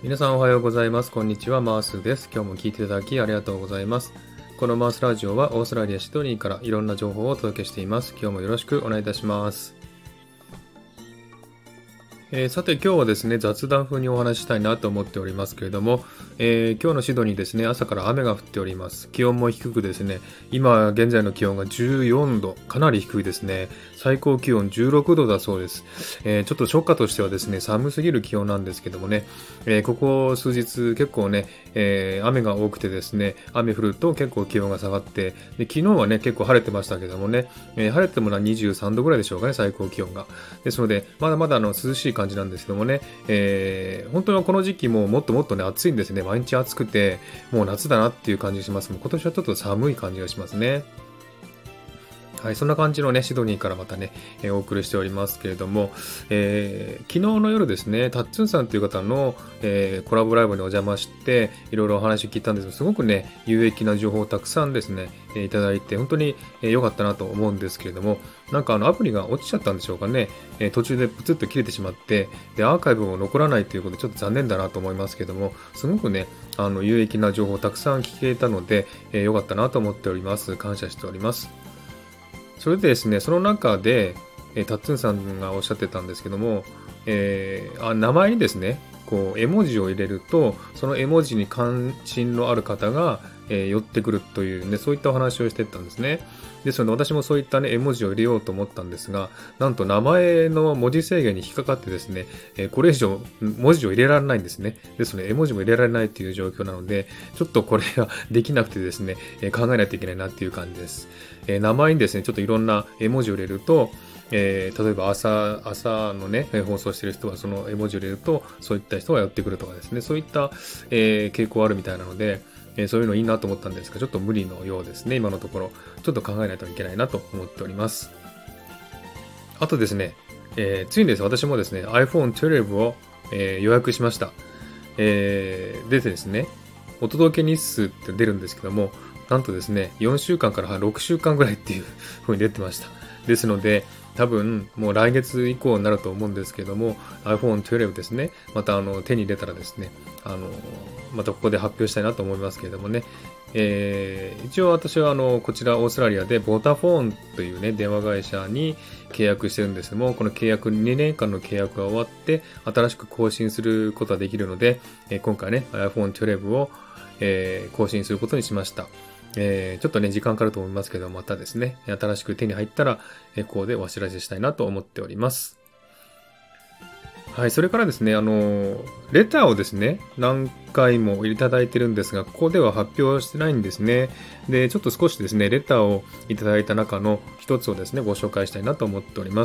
皆さんおはようございます。こんにちは、マースです。今日も聞いていただきありがとうございます。このマースラジオはオーストラリア・シドニーからいろんな情報をお届けしています。今日もよろしくお願いいたします。さて今日はですね、雑談風にお話ししたいなと思っておりますけれども、今日のシドニーですね、朝から雨が降っております。気温も低くですね、今現在の気温が14度、かなり低いですね。最高気温16度だそうです。ちょっと初夏としてはですね、寒すぎる気温なんですけどもね、ここ数日結構ね、雨が多くてですね、雨降ると結構気温が下がって、で昨日はね、結構晴れてましたけどもね、晴れても23度ぐらいでしょうかね、最高気温が。ですので、まだまだ涼しい感じなんですけどもね、本当にこの時期もっともっとね、暑いんですね。毎日暑くて、もう夏だなっていう感じがします。もう今年はちょっと寒い感じがしますね。はい、そんな感じのね、シドニーからまたね、お送りしておりますけれども、昨日の夜ですね、タッツンさんという方の、コラボライブにお邪魔して、いろいろお話を聞いたんですが、すごくね、有益な情報をたくさんですね、いただいて、本当に良かったなと思うんですけれども、なんかアプリが落ちちゃったんでしょうかね、途中でプツッと切れてしまって、で、アーカイブも残らないということで、ちょっと残念だなと思いますけども、すごくね、有益な情報をたくさん聞けたので、良かったなと思っております。感謝しております。それでですね、その中で、タッツンさんがおっしゃってたんですけども、名前にですね、こう、絵文字を入れると、その絵文字に関心のある方が、寄ってくるというね、そういったお話をしてたんですね。ですので、私もそういったね、絵文字を入れようと思ったんですが、なんと名前の文字制限に引っかかってですね、これ以上文字を入れられないんですね。ですので、絵文字も入れられないという状況なので、ちょっとこれができなくてですね、考えないといけないなっていう感じです。名前にですね、ちょっといろんな絵文字を入れると、例えば朝のね、放送している人はその絵文字を入れると、そういった人が寄ってくるとかですね、そういった、傾向あるみたいなので、そういうのいいなと思ったんですが、ちょっと無理のようですね、今のところ。ちょっと考えないといけないなと思っております。あとですね、ついにですね、私もですね、iPhone 12を、予約しました。出てですね、お届け日数って出るんですけども、なんとですね、4週間から6週間ぐらいっていう風に出てました。ですので、多分もう来月以降になると思うんですけども、iPhone 12ですね、また手に入れたらですね、またここで発表したいなと思いますけれどもね、一応私はこちらオーストラリアでボタフォンというね、電話会社に契約してるんですけども、この契約2年間の契約が終わって、新しく更新することができるので、今回ね、iPhone 12を、更新することにしました。ちょっとね、時間かかると思いますけど、またですね、新しく手に入ったら、ここでお知らせしたいなと思っております。はい、それからですね、レターをですね、何回もいただいてるんですが、ここでは発表してないんですね。で、ちょっと少しですね、レターをいただいた中の一つをですね、ご紹介したいなと思っております。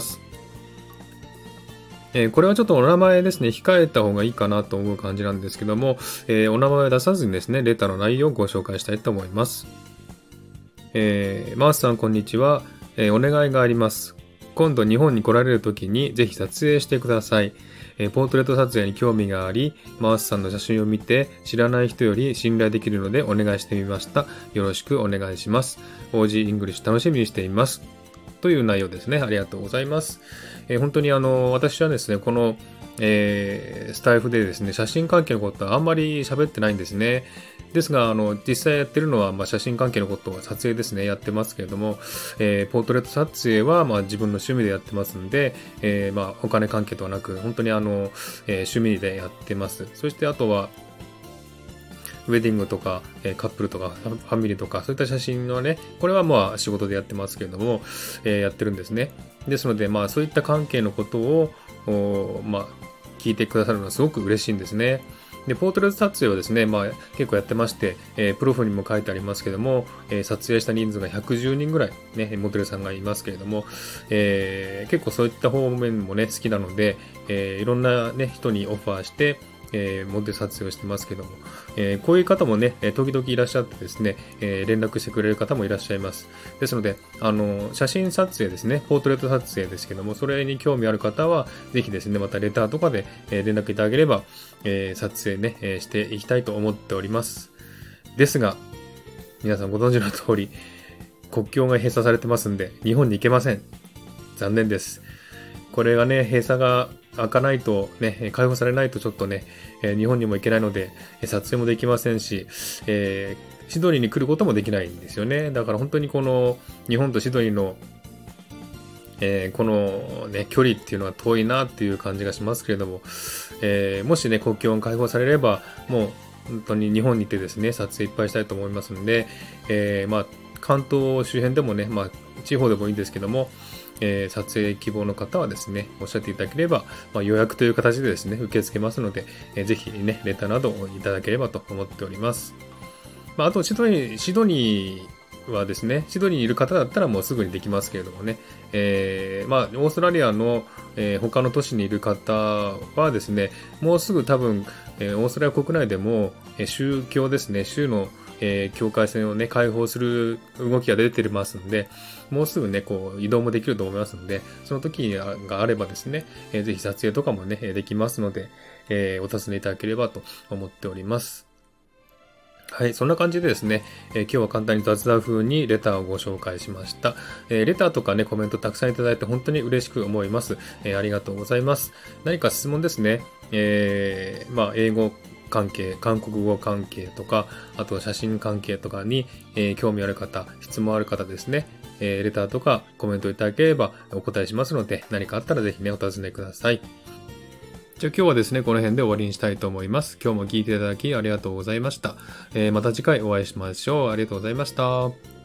これはちょっとお名前ですね、控えた方がいいかなと思う感じなんですけども、お名前を出さずにですね、レターの内容をご紹介したいと思います。マースさんこんにちは、お願いがあります。今度日本に来られる時にぜひ撮影してください。ポートレート撮影に興味があり、マースさんの写真を見て知らない人より信頼できるのでお願いしてみました。よろしくお願いします。OG イングリッシュ楽しみにしています。という内容ですね。ありがとうございます。本当に私はですね、この、スタイフでですね、写真関係のことはあんまり喋ってないんですね。ですが、実際やってるのは、写真関係のことは撮影ですね、やってますけれども、ポートレート撮影は、自分の趣味でやってますんで、お金関係とはなく、本当に趣味でやってます。そしてあとは、ウェディングとか、カップルとか、ファミリーとか、そういった写真はね、これは仕事でやってますけれども、やってるんですね。ですので、そういった関係のことを、聞いてくださるのはすごく嬉しいんですね。で、ポートレート撮影はですね、結構やってまして、プロフにも書いてありますけども、撮影した人数が110人ぐらいね、モデルさんがいますけれども、結構そういった方面もね、好きなので、いろんなね、人にオファーして、モデル撮影をしてますけども、こういう方もね、時々いらっしゃってですね、連絡してくれる方もいらっしゃいます。ですので、写真撮影ですね、ポートレート撮影ですけども、それに興味ある方は、ぜひですね、またレターとかで、連絡いただければ、撮影ね、していきたいと思っております。ですが、皆さんご存知の通り、国境が閉鎖されてますんで、日本に行けません。残念です。これがね、閉鎖が開かないとね、解放されないとちょっとね、日本にも行けないので、撮影もできませんし、シドニーに来ることもできないんですよね。だから本当にこの日本とシドニーの、このね、距離っていうのは遠いなっていう感じがしますけれども、もしね、国境が解放されれば、もう本当に日本にいてですね、撮影いっぱいしたいと思いますので、関東周辺でもね、地方でもいいんですけども、撮影希望の方はですね、おっしゃっていただければ、予約という形でですね、受け付けますので、ぜひね、レターなどをいただければと思っております。あとシドニーはですね、シドニーにいる方だったらもうすぐにできますけれどもね、オーストラリアの、他の都市にいる方はですね、もうすぐ多分、オーストラリア国内でも、州境ですね、州の、境界線をね、開放する動きが出てますんで、もうすぐね、こう、移動もできると思いますので、その時があればですね、ぜひ撮影とかもね、できますので、お尋ねいただければと思っております。はい、そんな感じでですね、今日は簡単に雑談風にレターをご紹介しました。レターとかね、コメントたくさんいただいて本当に嬉しく思います。ありがとうございます。何か質問ですね、英語関係、韓国語関係とか、あと写真関係とかに、興味ある方、質問ある方ですね、レターとかコメントいただければお答えしますので、何かあったらぜひね、お尋ねください。じゃあ今日はですね、この辺で終わりにしたいと思います。今日も聞いていただきありがとうございました。また次回お会いしましょう。ありがとうございました。